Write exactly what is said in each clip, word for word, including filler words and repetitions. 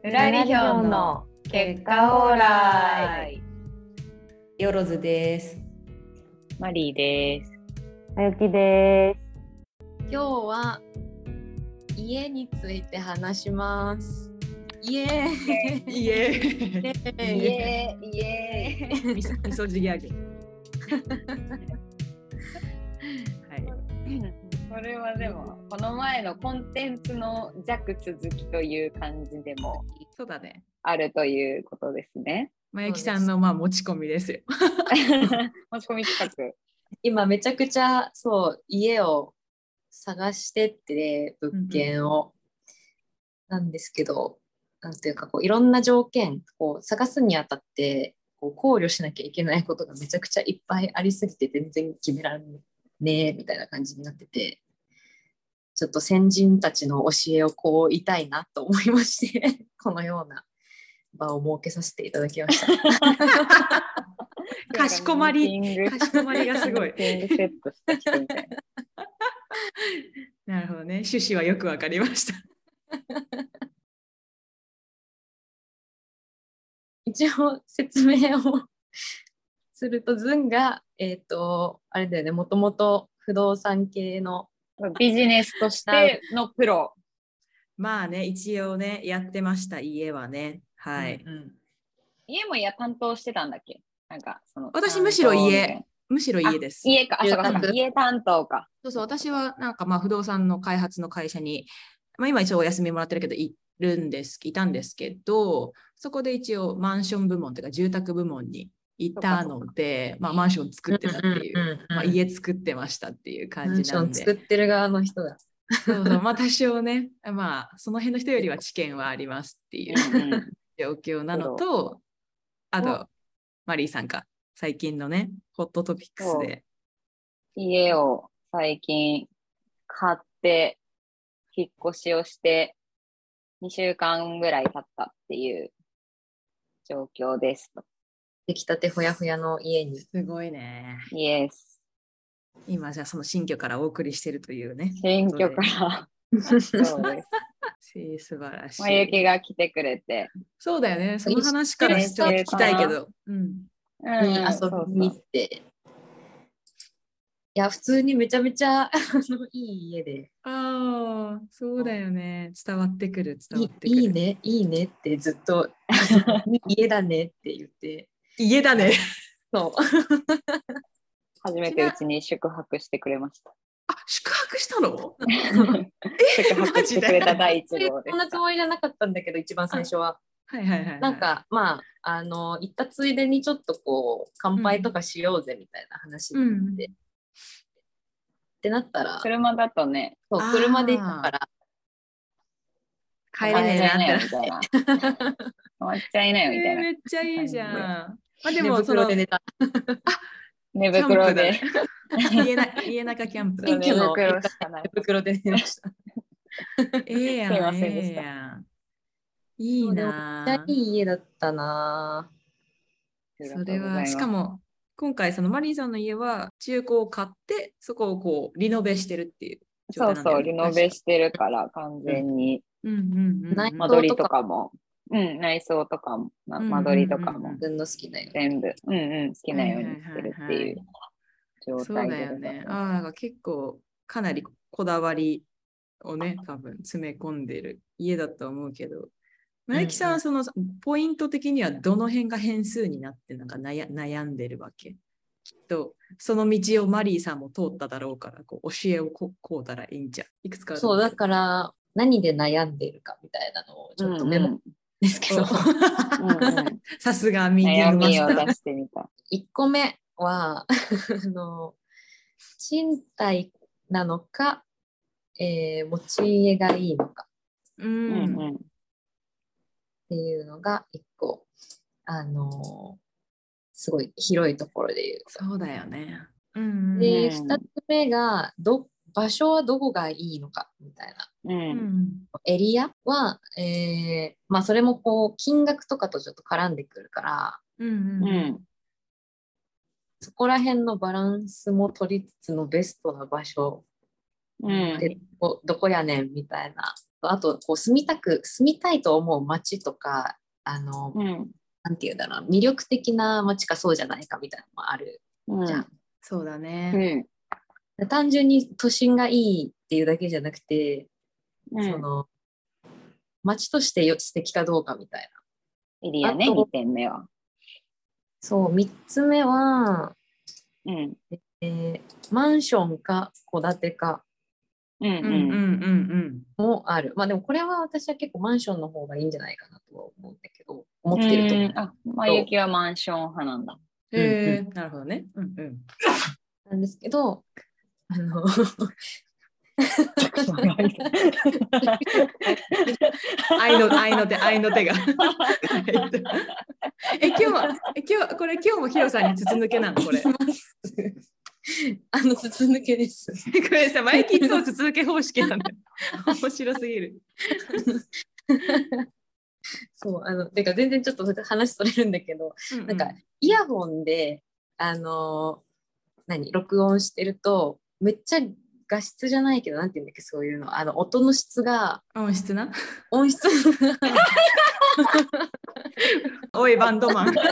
フラリヒョンの結果オーライ。 よろずです。 マリーです。 あゆきです。 今日は家について話します。イエーイ。 イエーイ。 イエーイ。イエーイ。 みそみそじギャグ。はい。 これはでもこの前のコンテンツの弱続きという感じでもそうだね。 あるということですね。 まゆきさんのまあ持ち込みですよ。 持ち込み企画。 今めちゃくちゃそう家を探してって物件を、うんうん、なんですけど、なんていうかこういろんな条件こう探すにあたってこう考慮しなきゃいけないことがめちゃくちゃいっぱいありすぎて全然決められねえみたいな感じになってて、ちょっと先人たちの教えをこう言いたいなと思いましてこのような場を設けさせていただきました。 かしこまりかしこまりがすごい。 セットした人みたいな。なるほどね。趣旨はよくわかりました。 一応説明をすると、ズンがえっとあれだよね、もともと不動産系のビジネスとしてのプロ。 まあね、一応ねやってました。家はね、はい。 うんうん、家もや担当してたんだっけ？なんかその私むしろ家、むしろ家です。 家か、あ、そうかそうか、家担当か。 そうそう、私はなんかまあ不動産の開発の会社に、まあ、今一応お休みもらってるけどいるんですいたんですけど、そこで一応マンション部門というか住宅部門にいたので、まあ、マンション作ってたっていう、うんうんうんうん、まあ、家作ってましたっていう感じなんで、 マンション作ってる側の人だ。 そうそう、まあ多少ね、まあその辺の人よりは知見はありますっていう状況なのと、あとマリーさんか最近のねホットトピックスで家を最近買って引っ越しをしてにしゅうかんぐらい経ったっていう状況です。 出来たてほやほやの家に。 すごいね。 イエス。 今じゃあその新居からお送りしてるというね。 新居から。そうです。 素晴らしい。 まゆきが来てくれて。 そうだよね。その話からちょっと聞きたいけど。うん。 に遊びに行って。いや、普通にめちゃめちゃいい家で。 ああ、そうだよね。伝わってくる、伝わってくる。 いいね、いいねってずっと家だねって言って。 家だね。 そう。 初めてうちに宿泊してくれました。 あ、宿泊したの？ 宿泊してくれた第一号です。 そんなつもりじゃなかったんだけど、一番最初は。 はいはいはいはい、 なんかまあ、あの行ったついでにちょっとこう乾杯とかしようぜみたいな話になって、うん、ってなったら車だとね、 そう車で行ったから帰れねえなってみたいな。止まっちゃいなよみたいな、 えー。めっちゃいいじゃん。まあでもその寝袋で寝た。 寝袋で。 家な家中キャンプだ。 寝袋しかない。寝袋で寝ました。 ええやん。 すいませんでした。 えーやんいいな。 めっちゃいい家だったな。 それはしかも今回そのマリーさんの家は中古を買ってそこをこうリノベしてるっていう状態なんだよね。 そうそうリノベしてるから完全に、 うんうんうんうん、 間取りとかも、うん、内装とかも、ま、間取りとかも、 自分の好きなように全部、うんうん、好きなようにしてるっていう状態で、 そうだよね。ああ、なんか結構かなりこだわりをね多分詰め込んでる家だと思うけど、まゆきさんはそのポイント的にはどの辺が変数になってなんか悩悩んでるわけ？きっとその道をマリーさんも通っただろうからこう教えをここうたらいいんじゃん。いくつかある。 そうだから何で悩んでいるかみたいなのをちょっとメモですけど、さすがミーティングマスター。 悩みを出してみた。 いっこめはあの賃貸なのか、えー、持ち家がいいのか、 うんうん、 っていうのがいっこ、あのー、すごい広いところで言うと。 そうだよね。うんうん、 でふたつめがど場所はどこがいいのかみたいな、 うん、 エリアは、えーまあ、それもこう金額とかとちょっと絡んでくるから、 うんうんうん、 そこら辺のバランスも取りつつのベストな場所、うん、で ど, どこやねんみたいなあとこう住みたく住みたいと思う街とか、あの、 うん。 なんていうんだろう、魅力的な街かそうじゃないかみたいなのもあるうん。 じゃん。 そうだうね。 ん。 単純に都心がいいっていうだけじゃなくて、 うんその街としてよ素敵かどうかみたいエリアね、 あとにてんめは。 な。そうみっつめは、 うん。 えーマンションか戸建てかうんうんうんうんうん。 もある。まあでもこれは私は結構マンションの方がいいんじゃないかなとは思うんだけど、思ってると思う。 うん。あ、まゆきはマンション派なんだ。 へえ、なるほどね。うんうん。 なんですけど、あの愛の愛の手、愛の手が。え、今日は、え、今日、これ今日もヒロさんに筒抜けなのこれ。こあの筒抜けです。 れさ、マイキーと筒抜け方式なんだよ。面白すぎる。 そう、あの、てか全然ちょっと話それるんだけど、 うんうんなんかイヤホンで、あのー何、録音してると、めっちゃ画質じゃないけど、なんていうんだっけ、そういうの、あの、音の質が、 音質な。 音質が、 おい、バンドマン。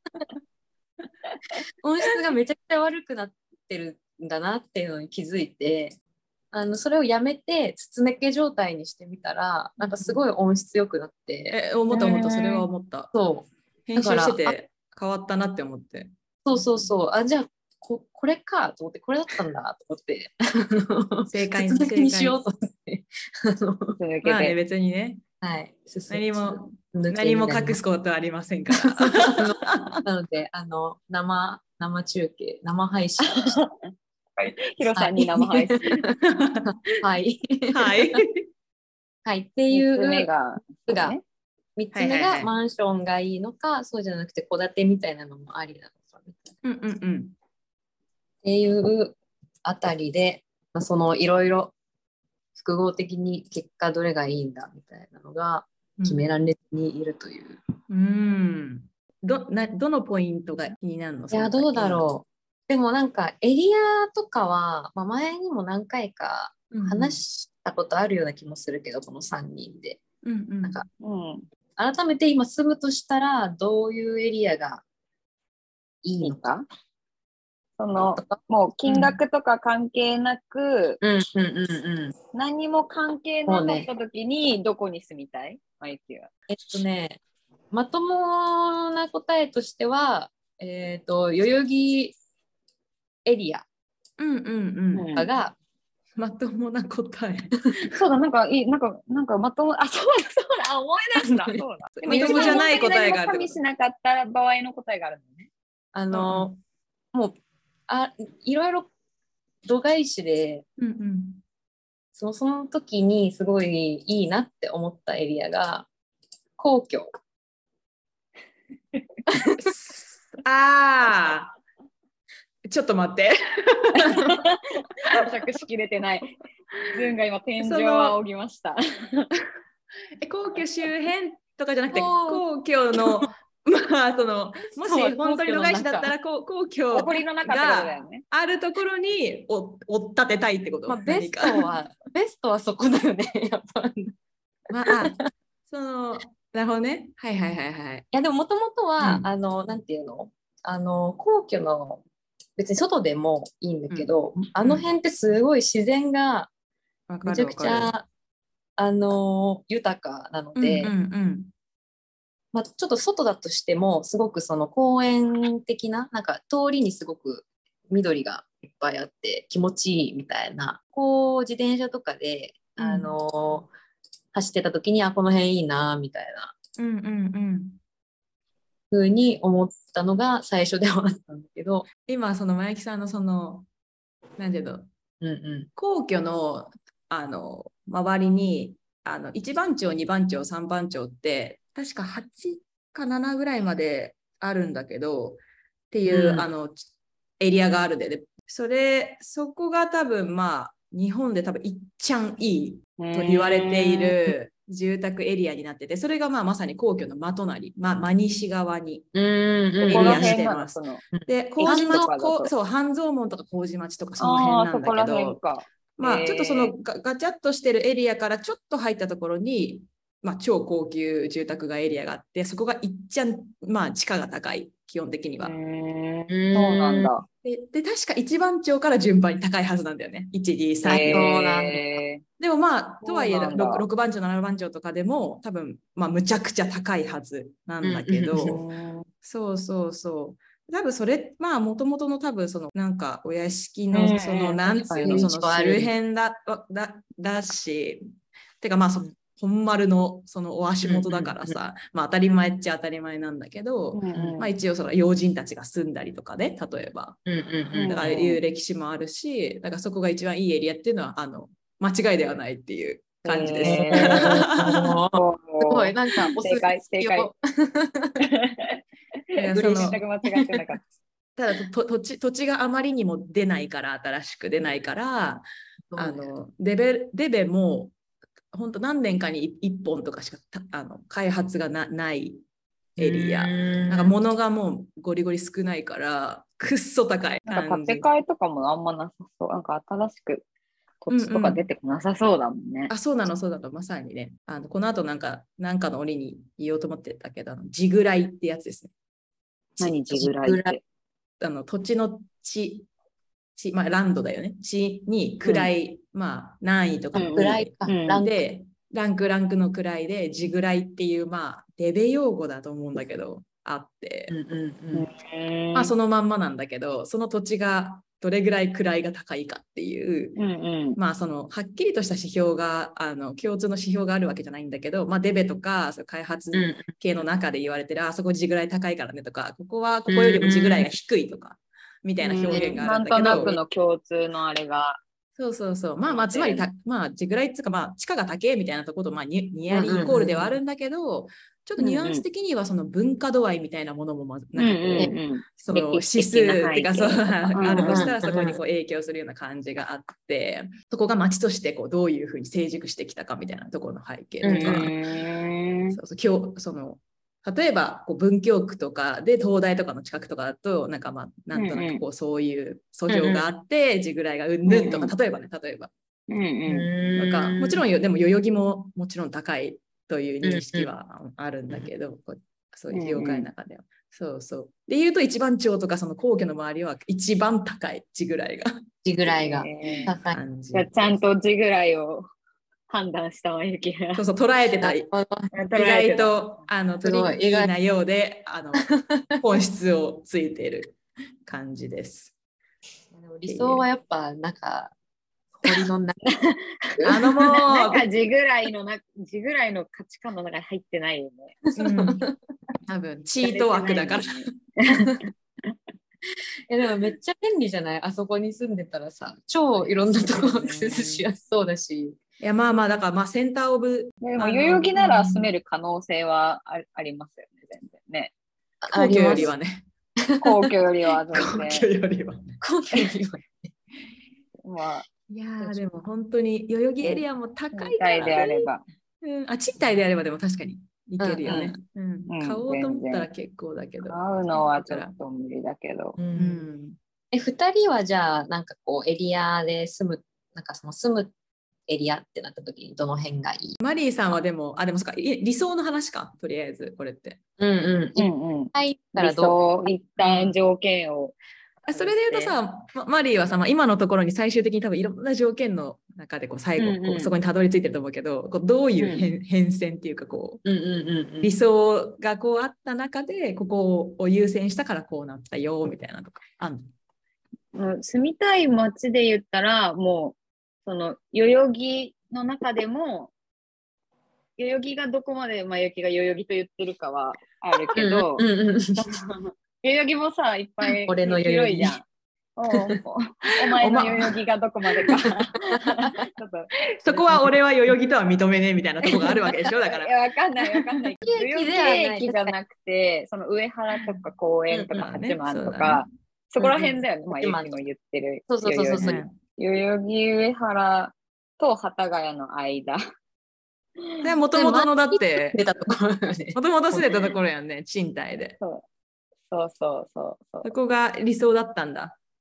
音質がめちゃくちゃ悪くなってるんだなっていうのに気づいて、あの、それをやめて、筒抜け状態にしてみたら、なんかすごい音質良くなって、 え、思った思った、それは思った。 そう、 編集してて変わったなって思って。 そうそうそう、あ、じゃあ、ここれかと思って、これだったんだと思って、 正解筒抜けにしようと思って、あの続けて。 まあね、別にね、 はい、進何も、 筒抜け何もになります隠すことはありませんから。 なので、あの、生、生中継、生配信をして。 ヒロさんに生配信。 はい。 はい。 はい。ってい三つ目うが、 が、 ね、 三つ目はいはいはいがマンションがいいのか、そうじゃなくて戸建てみたいなのもありなのかみたいな。 うんうんうん。 っていうあたりで、まあ、そのいろいろ複合的に結果どれがいいんだみたいなのが決められずにいるという。 うん。どなどのポイントが気になるの？ いや、どうだろう。でもなんかエリアとかは、まあ、前にも何回かう。 話したことあるような気もするけど、このさんにんで。 うんうん、 なんかうん。 改めて今住むとしたら、どういうエリアがいいいいのか。 かその、もう金額とか関係なく、 うんうんうんうん。 何も関係なかった時にどこに住みたい？マイキーは。 えっとね、まともな答えとしては、えっと、代々木エリアうんうんうん。 が、 まともな答え。 そうだ、なんか、いい、なんか、なんかまとも、あ、そうだ、そうだ、あ思い出した。そうだ。でも、 まともじゃない答えがある加味しなかった場合の答えがあるのね。 あの、もうあ、いろいろ度外視で、 うんうん。 そのその時にすごいいいなって思ったエリアが、皇居。 ああ。ちょっと待って。 咀嚼しきれてない。ズンが今天井を仰ぎました。 え皇居周辺とかじゃなくて、皇居の、まあ、その、もし本当に度外視だったら、皇皇居お堀の中ってことだよがね。 あるところにおお立てたいってこと。 まあ、ベストは、ベストはそこだよね、やっぱ。いまあ、あその、なるほどね。はいはいはいはい。 や、でももともとは、 うんあの、なんていうのあの、皇居の、別に外でもいいんだけど、 うんあの辺ってすごい自然がわかるめちゃくちわかゃ、あの、豊かなのるで、 うんうんうんまあ、ちょっと外だとしても、すごくその公園的な、なんか通りにすごく緑がいっぱいあって気持ちいいみたいな、こう自転車とかで、 うんあの走ってた時に、あ、この辺いいな、みたいなうんうんうん風に思ったのが最初ではあったんだけど、 今、その前木さんのその、なんていうの、 うんう皇居の、あの周りにあのいちばん町、にばん町、さんばん町って確かはちかななぐらいまであるんだけどっていう、 うん、 あのエリアがあるで、でそれそこが多分まあ日本で多分いっちゃんいいと言われている住宅エリアになってて、それがまあまさに皇居の真隣、まあ、真西側にん。うんうんエリアしてます。 そので、麹町、 駅とかだとこうそう、半蔵門とか麹町とかその辺なんだけあーそこら辺ど、 か。 まあ、ちょっとそのへガガチャッとしてるエリアからちょっと入ったところに、まあ、超高級住宅がエリアがあって、そこがいっちゃん、まあ、地価が高い、基本的にうは。 ーん、 うんそうなんだ。 で、で確か一番町から順番に高いはずなんだよね。いち、に、さん。 へそうなんだへでもまあ、とはいえそうなんだろく, ろくばん町、ななばん町とかでも多分、まあ、むちゃくちゃ高いはずなんだけうんど、 ー。 そうそうそう。多分それ、まあ、もともとの多分、その、なんか、お屋敷うんの、その、 うんなんつうの、 確かにそのある周辺だ、だ、だし、てかまあ、そ本丸の、その、お足元だからさ、まあ、当たり前っちゃ当たり前なんだけど、 うんうんまあ、一応、その、要人たちが住んだりとかね、例えば。 うんうんうんだからいう歴史もあるし、だからそこが一番いいエリアっていうのは、あの、間違いではないっていう感じです。 へおーおすごい、 ーなんかお正解、正解。 をだからそ嬉しいの全く間違ってなかっただと土地土地があまりにも出ないから、新しく出ないからあのデベデベも本当何年かにいっぽんとかしかあの開発が な, ないエリア。なんか物がもうゴリゴリ少ないからくっそ高いなんか感じ。 建て替えとかもあんまなさそう。なんか新しく土地とか出てこなさそうだもんね。 あ、そうなの、そうなの、まさにね。あのこの後なんか、なんかの折に言おうと思ってたけど、あの地蔵いってやつですね。 何地蔵いって。 あの土地の地、地まあ、ランドだよね。地に位、まあ、難易とかの位かうんランクで、ランクランクの位で、地蔵いっていう、まあ、デベ用語だと思うんだけど、あって、 うんうんうんまあ、そのまんまなんだけど、その土地がどれぐらい位が高いかっていう、 うんうんまあ、そのはっきりとした指標があの共通の指標があるわけじゃないんだけど、まあ、デベとかその開発うん系の中で言われてる、あそこ地ぐらい高いからねとか、ここはここよりも地ぐらいが低いとか、みたいな表現があるんだけど、 なんとなくの共通のあれが。 そうそうそう。まあまあ、つまりた、まあ、地ぐらいっていうか、まあ、地価が高いみたいなところと、まあニ、ニアリーイコールではあるんだけど、ちょっとニュアンス的にはその文化度合いみたいなものも、まずなんかこう、 うんうんうんその指数っていうか、そうあるとしたら、そこにこう影響するような感じがあって、そこが町としてこうどういうふうに成熟してきたかみたいなところの背景とか、 うんそうそう今日その例えばこう文京区とかで東大とかの近くとかだとなんかまあなんとなくこうそういう訴状があって地ぐらいがうんぬんとか、例えばね例えばうんうんなんかもちろんよでも代々木ももちろん高いという認識はあるんだけど、こうそういう業界の中では、そうそうで言うと一番町とかその皇居の周りは一番高い地ぐらいが地ぐらいがえー高い。 感じじゃあちゃんと地ぐらいを判断したまゆきが。 そうそう捉えてた意外とあのトリッキーなようであの本質をついている感じです。 でも理想はやっぱなんか堀の中あのもうなんか地ぐらいのな地ぐらいの価値観の中に入ってないよね。 うん、多分チート枠だから。 えでもめっちゃ便利じゃない？あそこに住んでたらさ、超いろんなとこアクセスしやすそうだし。 いやまあまあだからまあセンターオブでも代々木なら住める可能性はあありますよね、全然ね。 皇居よりはね。 皇居よりは全皇然。 居よりはね。 皇居よりはまあ、 いやーでも本当に代々木エリアも高いから、ね、 であれば。 うん、あ賃貸であればでも確かにいけるよね。うんうん買おうと思ったら結構だけど。 買うのはちょっと無理だけど。 ううんん、 え、二人はじゃあなんかこうエリアで住む、なんかその住むエリアってなった時にどの辺がいい？ マリーさんはでも、あ、でもそっか、い理想の話か、とりあえず、これって。 うんうん。一うんうん。 回から理どう？ 想、一旦条件を。 あそれで言うとさ、まマリーはさ、まあ、今のところに最終的に多分いろんな条件の中でこう最後、 うんうんこうそこにたどり着いてると思うけど、こうどういう変,、変遷っていうかこう、 うんうんうんうん。 理想がこうあった中で、ここを優先したからこうなったよ、みたいなとか。あんもう住みたい街で言ったら、もう、その、代々木の中でも、代々木がどこまで前行きが代々木と言ってるかはあるけど、 うんうんうん、 代々木もさ、いっぱい俺の代々木広いじゃん。おおお前の代々木がどこまでか。ちょっとそこは俺は代々木とは認めねえみたいなところがあるわけでしょだから。 いや、わかんないわかんない。代々木代々木ではない駅じゃなくて、その上原とか公園とかうん八幡とそうだか、 ねそこら辺だよね、まあ、 うんうんゆきも言ってる。 そうそうそうそうそう代々木代々木上原と幡ヶ谷の間。 でもともとのだって出たところだよね。 もともと住んでたところやんね賃貸で。 そうそうそうそうそう。 そこが理想だったんだ。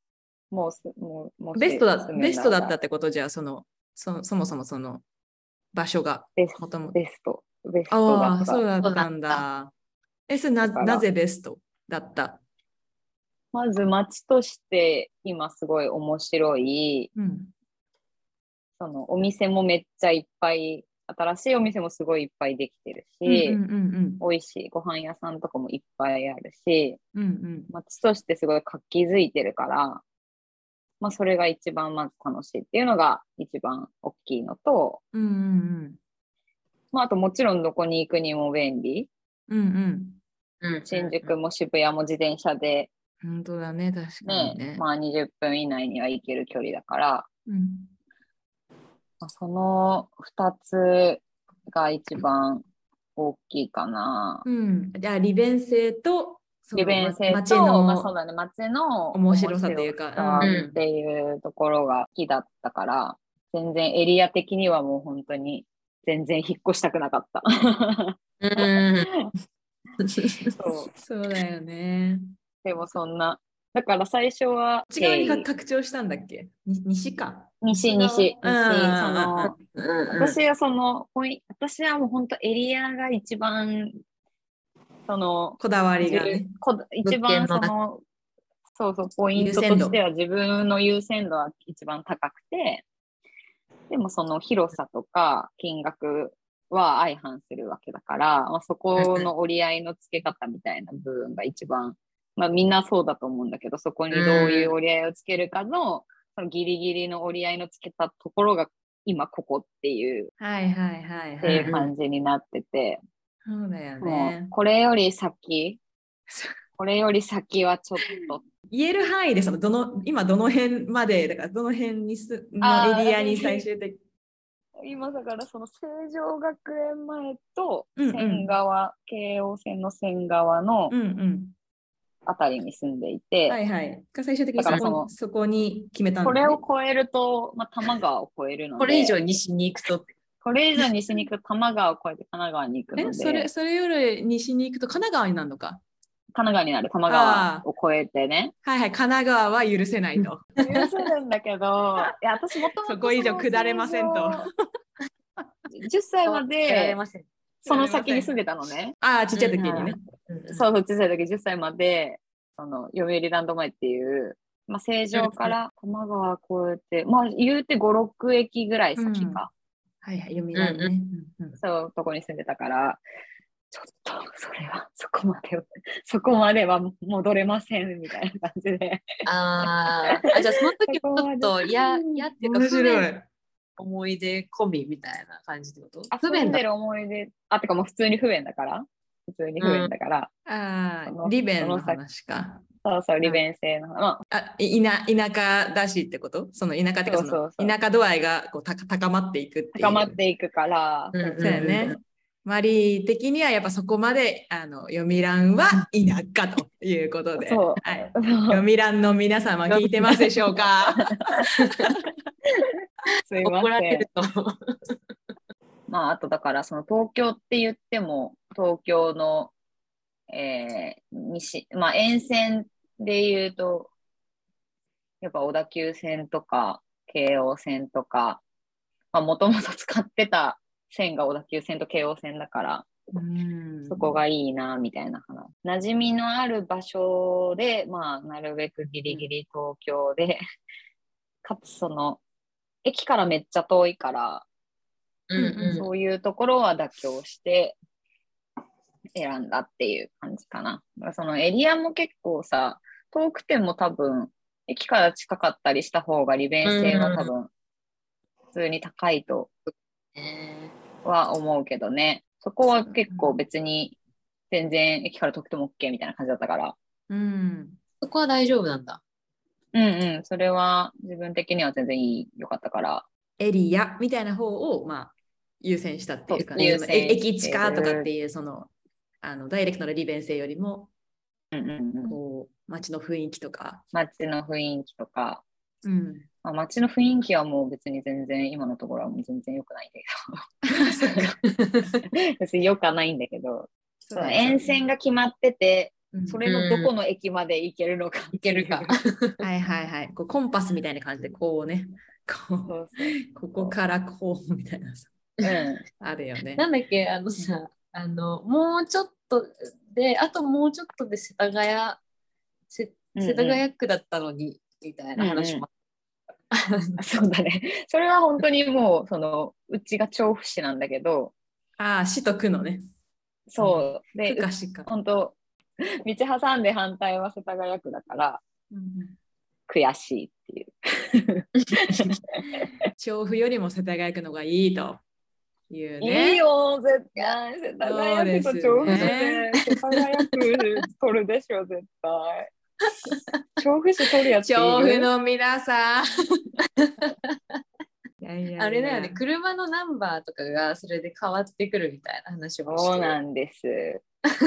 もうす、もう、もしベストだ住むんベストだらったってことじゃあ、その、そそもそもその場所が。 ベスもともと。 ベスト、ベストだああ、 った。 そうだったんだ。え、それな、 だからなぜベストだった？ まず街として今すごい面白い、 うん。 そのお店もめっちゃいっぱい、新しいお店もすごいいっぱいできてるうんうんし、 うん美味しいご飯屋さんとかもいっぱいあるし、 うん。うんうん。 街としてすごい活気づいてるから、まあそれが一番まず楽しいっていうのが一番大きいのと、 うんうんまああともちろんどこに行くにも便利。 うん。うんうんうん新宿も渋谷も自転車でうん。本当だね、確かにね、 ね。 まあにじゅっぷん以内には行ける距離だから、 うんまあ、そのふたつが一番大きいかな。 うん。じゃあ、利便性と、その利便性ま、街と、まあそうのだね、街の面白さというか、 面白さうんっていうところが好きだったから、全然エリア的にはもう本当に全然引っ越したくなかった。 うんそう。 そうだよね。 でもそんな、だから最初は内側に経緯拡張したんだっけ？に西か。 西、 側西、 うん西、その、 うんうん私はその、ポイ私はもう本当エリアが一番、その、 こだわりがね。 こ一番その、そうそう、ポイントとしては自分の優先度は一番高くて、でもその広さとか金額は相反するわけだから、まあ、そこの折り合いのつけ方みたいな部分が一番、まあみんなそうだと思うんだけど、そこにどういう折り合いをつけるかの、そのギリギリの折り合いのつけたところが今ここっていう、 はいはいはいってはい。 いう感じになってて、 そうだよもねう。これより先、これより先はちょっと。 言える範囲でそのどの今どの辺までだからどの辺にすのエリアに最終的今だからその成城学園前とうんうん仙川、京王線の仙川のうんうんあたりに住んでいて、 はいはいが最終的にそこだからそのにそこに決めたんだ、ね、 これを超えると、まあ、多摩川を越えるので、 これ以上西に行くと。 これ以上西に行くと多摩川を越えて神奈川に行くので、 えそれそれより西に行くと神奈川になるのか。 神奈川になる、多摩川を越えてね。 はいはい神奈川は許せないと。 許せるんだけど、いや私もともとそこ以上下れませんと。 じゅっさいまでません。 その先に住んでたのね。 ああちっちゃい時にね。 そうそう、小さい時じゅっさいまで、その読売ランド前っていう、まあ、成城から多摩川越えて、まあ言うてご、ろく駅ぐらい先か。 はいはい、読みられね、 うんうんそう、とこに住んでたから、ちょっとそれは、そこまでは、そこまでは戻れませんみたいな感じで。 あーあ、じゃあその時ちょっと嫌嫌っていうか面不便白い。 思い出込みみたいな感じってこと？ あ、 不便だ住んで。る思い出、あ、てかもう普通に不便だから。普通に不便だから。 ああその利便の話か。 そうそう、利便性の。まあ、 あいな田舎だしってことその田舎っていうかそのそうそうそう田舎度合いがこうた高まっていくっていう。 高まっていくから。 うんうんそうやね。マリー的にはやっぱそこまであの読み欄は田舎ということで、 そう。 はい、読み欄の皆様聞いてますでしょうか？ すいません怒られる。と。 まあ、あとだから、その東京って言っても、東京の、えー、西、まあ、沿線で言うと、やっぱ小田急線とか、京王線とか、まあ、もともと使ってた線が小田急線と京王線だから、 うんそこがいいな、みたいな話。馴染みのある場所で、まあ、なるべくギリギリ東京で、かつその、駅からめっちゃ遠いから、 うんうんそういうところは妥協して選んだっていう感じかな。だからそのエリアも結構さ、遠くても多分、駅から近かったりした方が利便性は多分、普通に高いとえは思うけどね。そこは結構別に全然駅から遠くても OK みたいな感じだったから。 うんそこは大丈夫なんだ。 うんうん、それは自分的には全然いい、良かったから。 エリアみたいな方を、まあ、優先したっていう感じ。 そう優先してる駅近とかっていうそのあのダイレクトな利便性よりも、 うんうんうん、 こう街の雰囲気とか。 街の雰囲気とか、 うんまあ、街の雰囲気はもう別に全然、今のところはもう全然良くないんだけど。別に良くはないんだけど、そう沿線が決まってて、 うんそれのどこの駅まで行けるのかいけるか。 はいはいはい。こうコンパスみたいな感じで、こうね、こう、 そうここからこうみたいなさ、 そう、うんあるよね。 なんだっけ、あのさ、あの、もうちょっとで、あともうちょっとで世田谷、せ世田谷区だったのに、みたいな話も。 そうだね。それは本当にもう、その、うちが調布市なんだけど、 ああ、市と区のね。 そう。で、 区か市か。 本当、道挟んで反対は世田谷区だから、 うん悔しいっていう。 調布よりも世田谷区の方がいいというね。 いいよ、絶対。世田谷区と調布市で、世田谷区取るでしょ、絶対。調布市取るやついる。 調布の皆さん。いやいやいやあれだよね、車のナンバーとかがそれで変わってくるみたいな話もして。 そうなんです。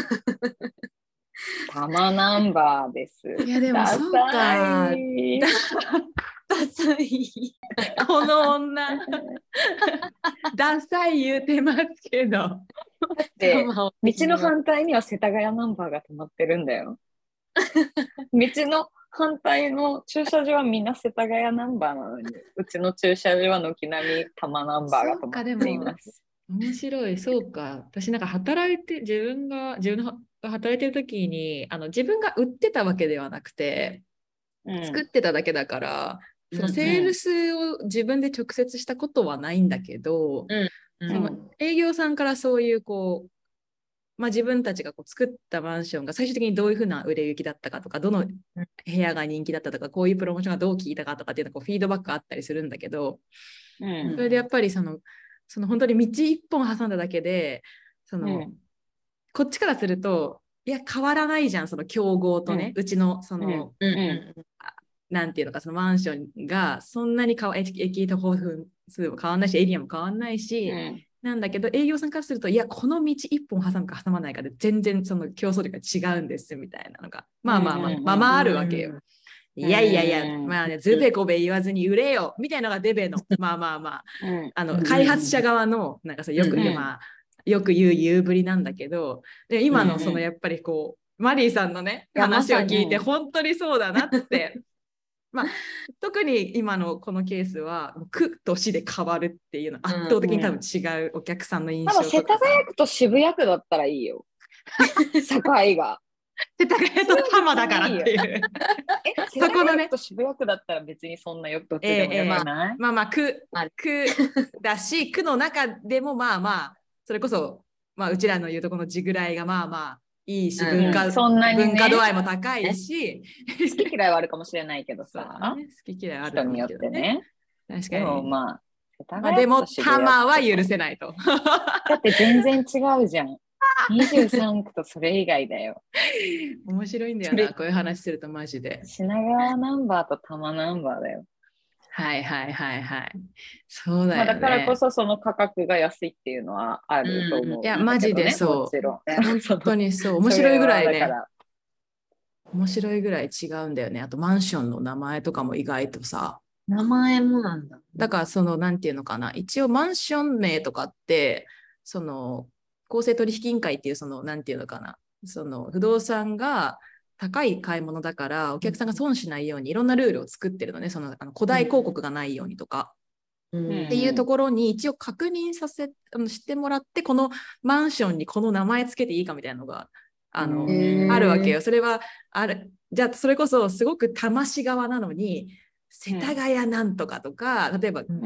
タマナンバーです。 いやでもそうか。 ダサいダサい。 この女。ダサい言うてますけど。 で、道の反対には世田谷ナンバーが止まってるんだよ。道の反対の駐車場はみんな世田谷ナンバーなのに、うちの駐車場は軒並み多摩ナンバーが止まっています。 面白い、そうか。私なんか働いて、自分が、自分が働いてる時に、あの自分が売ってたわけではなくて、 うん、 作ってただけだから、そのセールスを自分で直接したことはないんだけど、 うんうん、 その営業さんからそういうこう、まあ、自分たちがこう作ったマンションが最終的にどういうふうな売れ行きだったかとか、どの部屋が人気だったとか、こういうプロモーションがどう効いたかとかっていうのこうフィードバックあったりするんだけど、 うん、 それでやっぱりその、その本当に道一本挟んだだけで、その、 うん、 こっちからすると、いや変わらないじゃん、その競合とね、うん、うちのその、 うんうん、 なんていうのか、そのマンションがそんなに駅と歩数も変わんないし、エリアも変わんないし、うんなんだけど営業さんからするといやこの道一本挟むか挟まないかで全然その競争力が違うんですみたいなのがまあまあまあまあまああるわけよ。いやいやいやまあねずべこべ言わずに売れよみたいなのがデベのまあまあまああの開発者側のなんかさよくまあよく言う言うぶりなんだけどで今のそのやっぱりこうマリーさんのね話を聞いて本当にそうだなってまあ、特に今のこのケースは区と市で変わるっていうのは圧倒的に多分違うお客さんの印象とか、 うんうん、世田谷区と渋谷区だったらいいよ境が世田谷と多摩だからっていうえ世田谷区と渋谷区だったら別にそんなよくどっちでもよくない、えーえー、 まあまあ区、区だし区の中でもまあまあそれこそ、まあ、うちらの言うとこの地ぐらいがまあまあいいし、文化、うんそんなにね、文化度合いも高いし、 好き嫌いはあるかもしれないけどさ、 ね、好き嫌いある人によってね。 確かに。 でもまあ、 まあ、でも、多摩は許せないと。 だって全然違うじゃん。にじゅうさん区とそれ以外だよ。 面白いんだよな、こういう話するとマジで。 品川ナンバーと多摩ナンバーだよ。 はいはいはいはい。そうだよね。 まあ、だからこそその価格が安いっていうのはあると思う、ねうん。いや、マジでそう。 もちろん本当にそう。面白いぐらいね。面白いぐらい違うんだよね。あとマンションの名前とかも意外とさ。 名前もなんだ。 だからそのなんていうのかな。一応マンション名とかってその公正取引委員会っていうそのなんていうのかな。その不動産が高い買い物だからお客さんが損しないようにいろんなルールを作ってるのね。そのあの古代広告がないようにとか、うん、っていうところに一応確認させしてもらってこのマンションにこの名前つけていいかみたいなのがあのあるわけよ。それはあるじゃあそれこそすごく多摩市側なのに世田谷なんとかとか、うん、例えば、うん、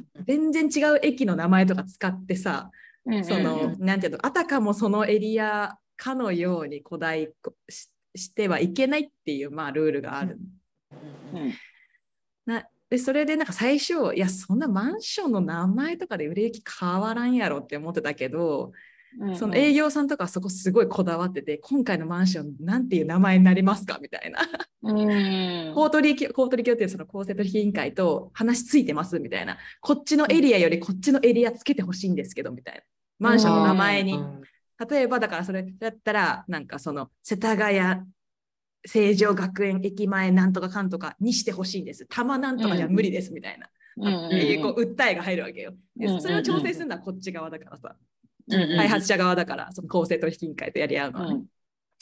全然違う駅の名前とか使ってさ、うん、そのなんていうのあたかもそのエリアかのように古代ししてはいけないっていう、まあ、ルールがある。うんうん、なでそれでなんか最初いやそんなマンションの名前とかで売れ行き変わらんやろって思ってたけど、うんうん、その営業さんとかそこすごいこだわってて今回のマンションなんていう名前になりますかみたいな。うん公取引公取引っていうその公正取引委員会と話ついてますみたいなこっちのエリアよりこっちのエリアつけてほしいんですけどみたいなマンションの名前に。うん例えばだからそれだったらなんかその世田谷成城学園駅前なんとかかんとかにしてほしいんです多摩なんとかじゃ無理ですみたいな、うん、いうこう訴えが入るわけよ。でそれを調整するのはこっち側だからさ、うん、開発者側だからその公正取引委員会とやり合うのは、ねうん、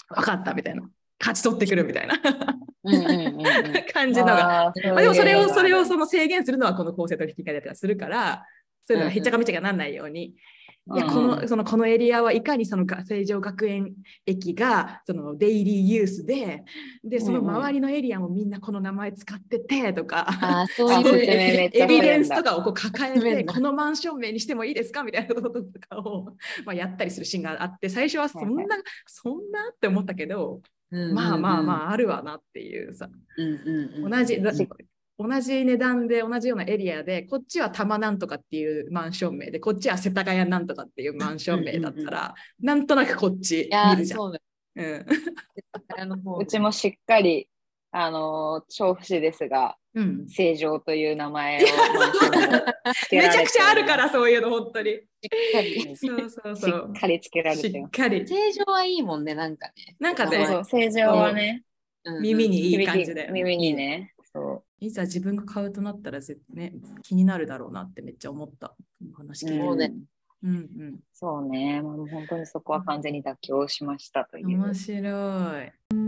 分かったみたいな。勝ち取ってくるみたいなうんうんうんうん感じのが。 あーまあ、でもそれを、それをそその制限するのはこの公正取引会だとかするから、そういうのがへっちゃかめっちゃかならないように。いや、この、その、このエリアはいかにその成城学園駅がそのデイリーユースで、で、その周りのエリアもみんなこの名前使っててとか、 あーそうあいう説明めっちゃエビデンスするんだとかをこう抱えて、 説明だこのマンション名にしてもいいですかみたいなこととかを、まあ、やったりするシーンがあって、最初はそんな、 はいはそんなって思ったけど、 うんまあまあまあ。 ああるわなっていうさ、 うんうんうん同じ、 し同じ値段で同じようなエリアで、こっちは多摩なんとかっていうマンション名で、こっちは世田谷なんとかっていうマンション名だったら、なんとなくこっちいや見るじゃん。 そうだ。 うんあの方うちもしっかり、あのー調布市ですが、 うん、 成城という名前をマンションにつけられてめちゃくちゃあるから、そういうの、本当に。 しっかり。 そうそうしそう。 っかりつけられしてます。 っかり。 正常はいいもんね、なんかね。 なんかねそうそう、成城はね、 うんうん耳にいい響き感じで。 耳にね、そいざ自分が買うとなったら、ぜね、気になるだろうなってめっちゃ思った。話う。 聞いて。 そうねんうんうん。 そうね、もう本当にそこは完全に妥協しましたという。 面白い。